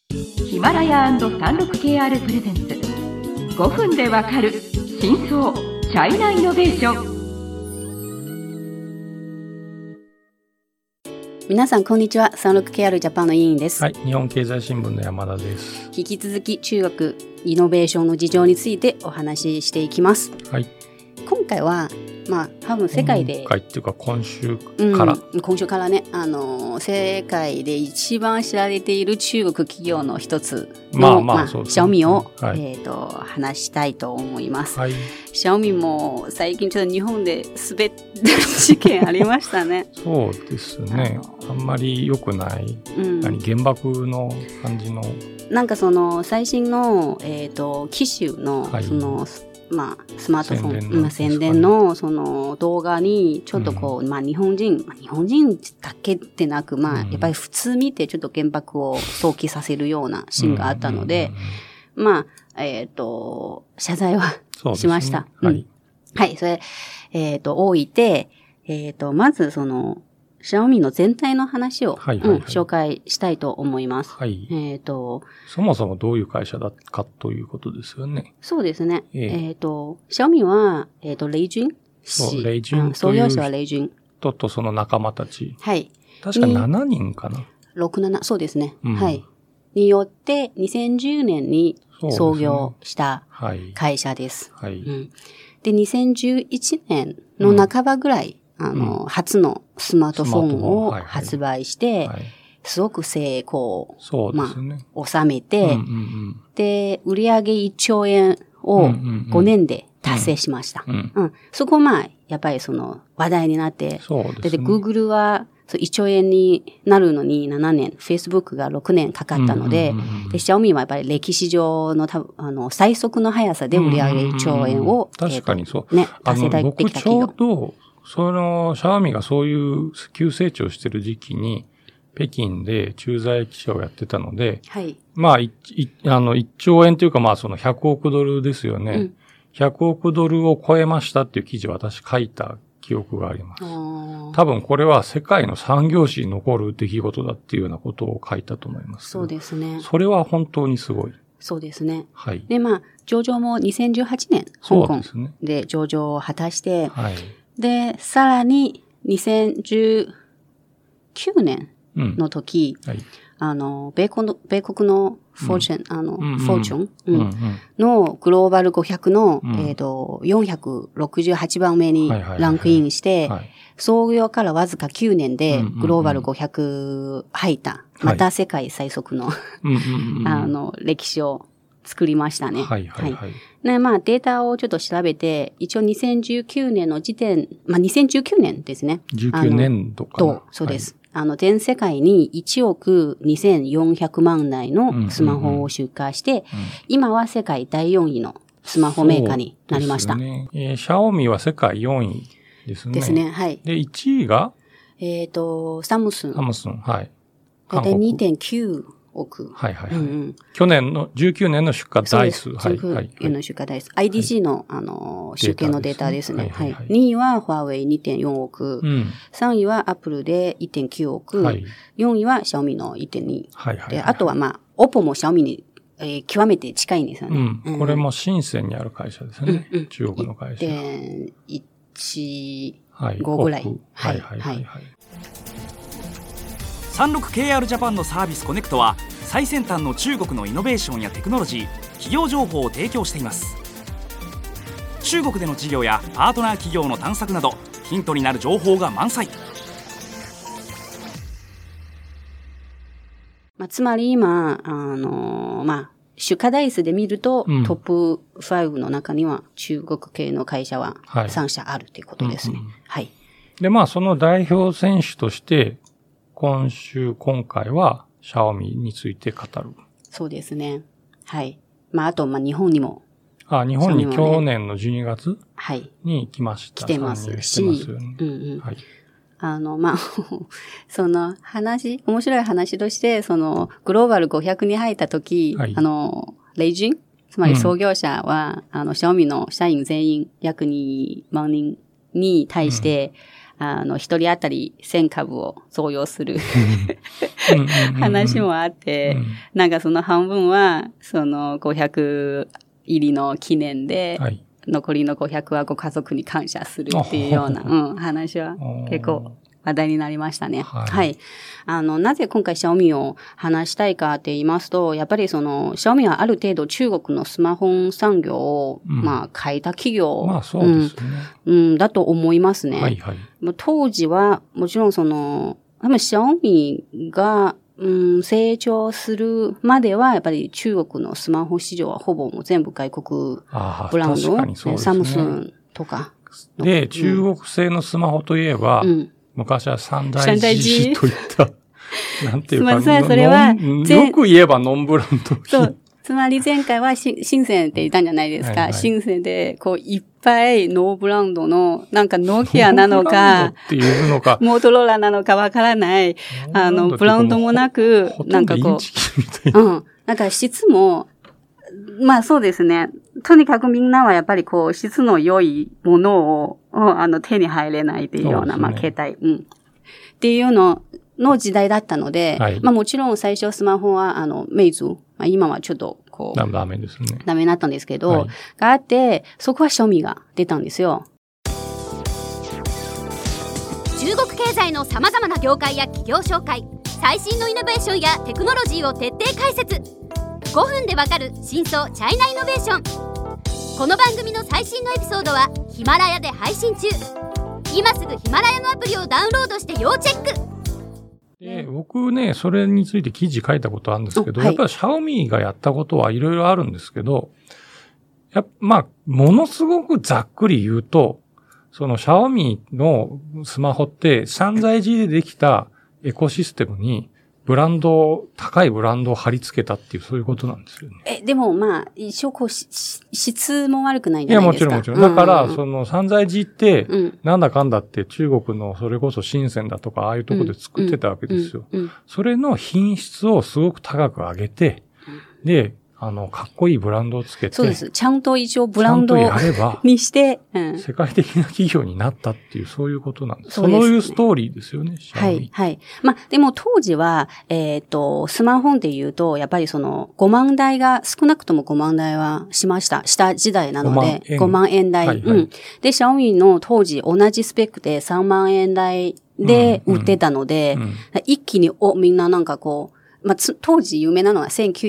ヒマラヤ &36KR プレゼンツ5分でわかる真相チャイナイノベーション。 皆さんこんにちは。 36KR ジャパンの委員です。 はい、日本経済新聞の山田です。 引き続き中国イノベーションの事情についてお話ししていきます。 はい、 今回は多分世界で今回っていうか今週から、 今週からね、世界で一番知られている中国企業の一つの、シャオミを、話したいと思います。はい、シャオミも最近ちょっと日本で滑った事件ありましたね。 そうですね。あんまり良くない、原爆の感じのなんかその最新の、機種の、そのスマートフォン宣伝のその動画にちょっとこう、日本人だけでなく、やっぱり普通見てちょっと原爆を想起させるようなシーンがあったので、謝罪はしました。はい、それ、置いて、まずそのシャオミの全体の話を、紹介したいと思います。はい。 そもそもどういう会社だかということですよね。 そうですね。シャオミは、レイジュン氏。 レイジュン創業者はレイジュン。 とその仲間たち。 はい。 確か7人かな。 6、7、そうですね。はい。によって2010年に創業した会社です。はい。で、2011年の半ばぐらい、初のスマートフォンを発売して、すごく成功を、収めて、で、売上1兆円を5年で達成しました。そこやっぱりその話題になって、で、Google は1兆円になるのに7年、Facebook が6年かかったので、で、Xiaomi はやっぱり歴史上の最速の速さで売上1兆円を、 確かにそう。 達成できた企業。 僕ちょうど、その、シャオミがそういう急成長してる時期に、北京で駐在記者をやってたので、 はい。 1兆円というか、その100億ドルですよね。100億ドルを超えましたっていう記事を私書いた記憶があります。多分これは世界の産業史に残る出来事だっていうようなことを書いたと思います。 そうですね。 それは本当にすごい。 そうですね。 はい。 で、上場も2018年、香港で上場を果たして、はい。で、さらに2019年の時、米国のフォーチュンのグローバル500の、468番目にランクインして、創業からわずか9年でグローバル500入った、また世界最速の歴史を作りましたね。はい。で、データをちょっと調べて、一応2019年の時点、2019年ですね。 19年度かな。 そうです。全世界に1億2400万台のスマホを出荷して、今は世界第4位のスマホメーカーになりました。 シャオミは世界4位ですね。 ですね、はい。 で、1位がサムスン。 はい。 だいたい 2.9 億。 はい。去年の19年の出荷台数。 はい。19年の出荷台数。IDC の、集計のデータですね。はい。2位はファーウェイ 2.4 億。3位はアップルで 1.9 億。4位はシャオミの 1.2。で、あとはオポもシャオミに、極めて近いんですよね。 これも深センにある会社ですね。中国の会社。 1.15 ぐらい。 はい。 36KR ジャパンのサービスコネクトは最先端の中国のイノベーションやテクノロジー、企業情報を提供しています。中国での事業やパートナー企業の探索などヒントになる情報が満載。 つまり今出荷台数で見ると、トップ5の中には中国系の会社は3社あるということですね。はい。 で、その代表選手として今回は、シャオミについて語る。 そうですね。はい。あと、日本にも。 日本に去年の12月に来ました。 来てますし。 はい。 その面白い話として、グローバル500に入った時、レイジン、つまり創業者は、シャオミの社員全員約2万人に対して、 一人当たり1000株を贈与する話もあって、なんかその半分は、その500入りの記念で、はい、残りの500はご家族に感謝するっていうような、話は結構話題になりましたね。はい。はい。なぜ今回シャオミを話したいかって言いますと、やっぱりその、シャオミはある程度中国のスマホ産業を、変えた企業、 そうですね。 だと思いますね。 はいはい。 当時は、もちろんその、シャオミが、成長するまでは、やっぱり中国のスマホ市場はほぼもう全部外国ブランド、ね、サムスンとか。 で、中国製のスマホといえば、昔は三大 G といった、なんていうか、 それはよく言えばノンブランド。 そう。つまり前回は深センって言ったんじゃないですか。はいはい、深センで、こう、いっぱいノーブランドの、なんかノキアなのか、モートローラなのかわからない、ブランドもなく、なんかこう、なんか質も、そうですね。とにかくみんなはやっぱりこう、質の良いものを、手に入れないっていうような、携帯、っていうの時代だったので、はい、もちろん最初スマホは、メイズ、今はちょっと、こう、 ダメですね。 ダメになったんですけど、はい、があって、そこはシャオミが出たんですよ。 中国経済の様々な業界や企業紹介、最新のイノベーションやテクノロジーを徹底解説。5分でわかる真相チャイナイノベーション。この番組の最新のエピソードはヒマラヤで配信中。今すぐヒマラヤのアプリをダウンロードして要チェック。 で、僕ね、それについて記事書いたことあるんですけど、やっぱりシャオミがやったことはいろいろあるんですけど、ものすごくざっくり言うと、そのシャオミのスマホって散財寺でできたエコシステムに高いブランドを貼り付けたっていう、そういうことなんですよね。 でも一応こう、質も悪くないんじゃないですか。 いや、もちろん。だから、その散財寺って、なんだかんだって中国のそれこそ深センだとか、ああいうところで作ってたわけですよ。それの品質をすごく高く上げて、で、かっこいいブランドをつけて。 そうです。ちゃんと一応ブランドにして、 世界的な企業になったっていう、そういうことなんです。そういうストーリーですよね。 はい、はい。でも当時は、スマホで言うと、やっぱりその、5万台が、少なくとも5万台はした時代なので、5万円台。はいはい、で、シャオミの当時同じスペックで3万円台で売ってたので、一気にみんななんかこう、当時有名なのは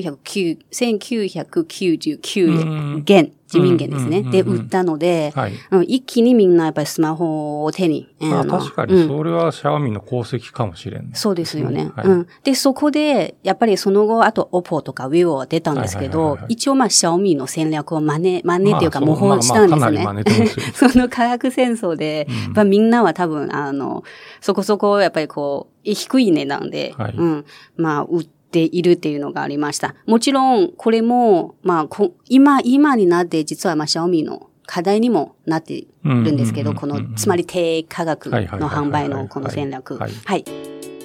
1999元、人民元ですね。で、売ったので、一気にみんなやっぱりスマホを手に。 確かに、それはシャオミの功績かもしれない。 そうですよね。で、そこで、やっぱりその後、あと、オポとか vivo は出たんですけど、一応シャオミの戦略を真似っていうか模倣したんですね。その科学戦争で、みんなは多分、そこそこ、やっぱりこう、低い値段で、売っているっていうのがありました。もちろん、これも、今になって実はシャオミの課題にもなってるんですけど、つまり低価格の販売のこの戦略。はい。じ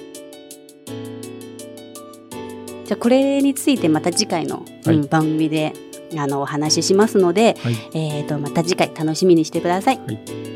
ゃあ、これについてまた次回の番組で、お話ししますので、また次回楽しみにしてください。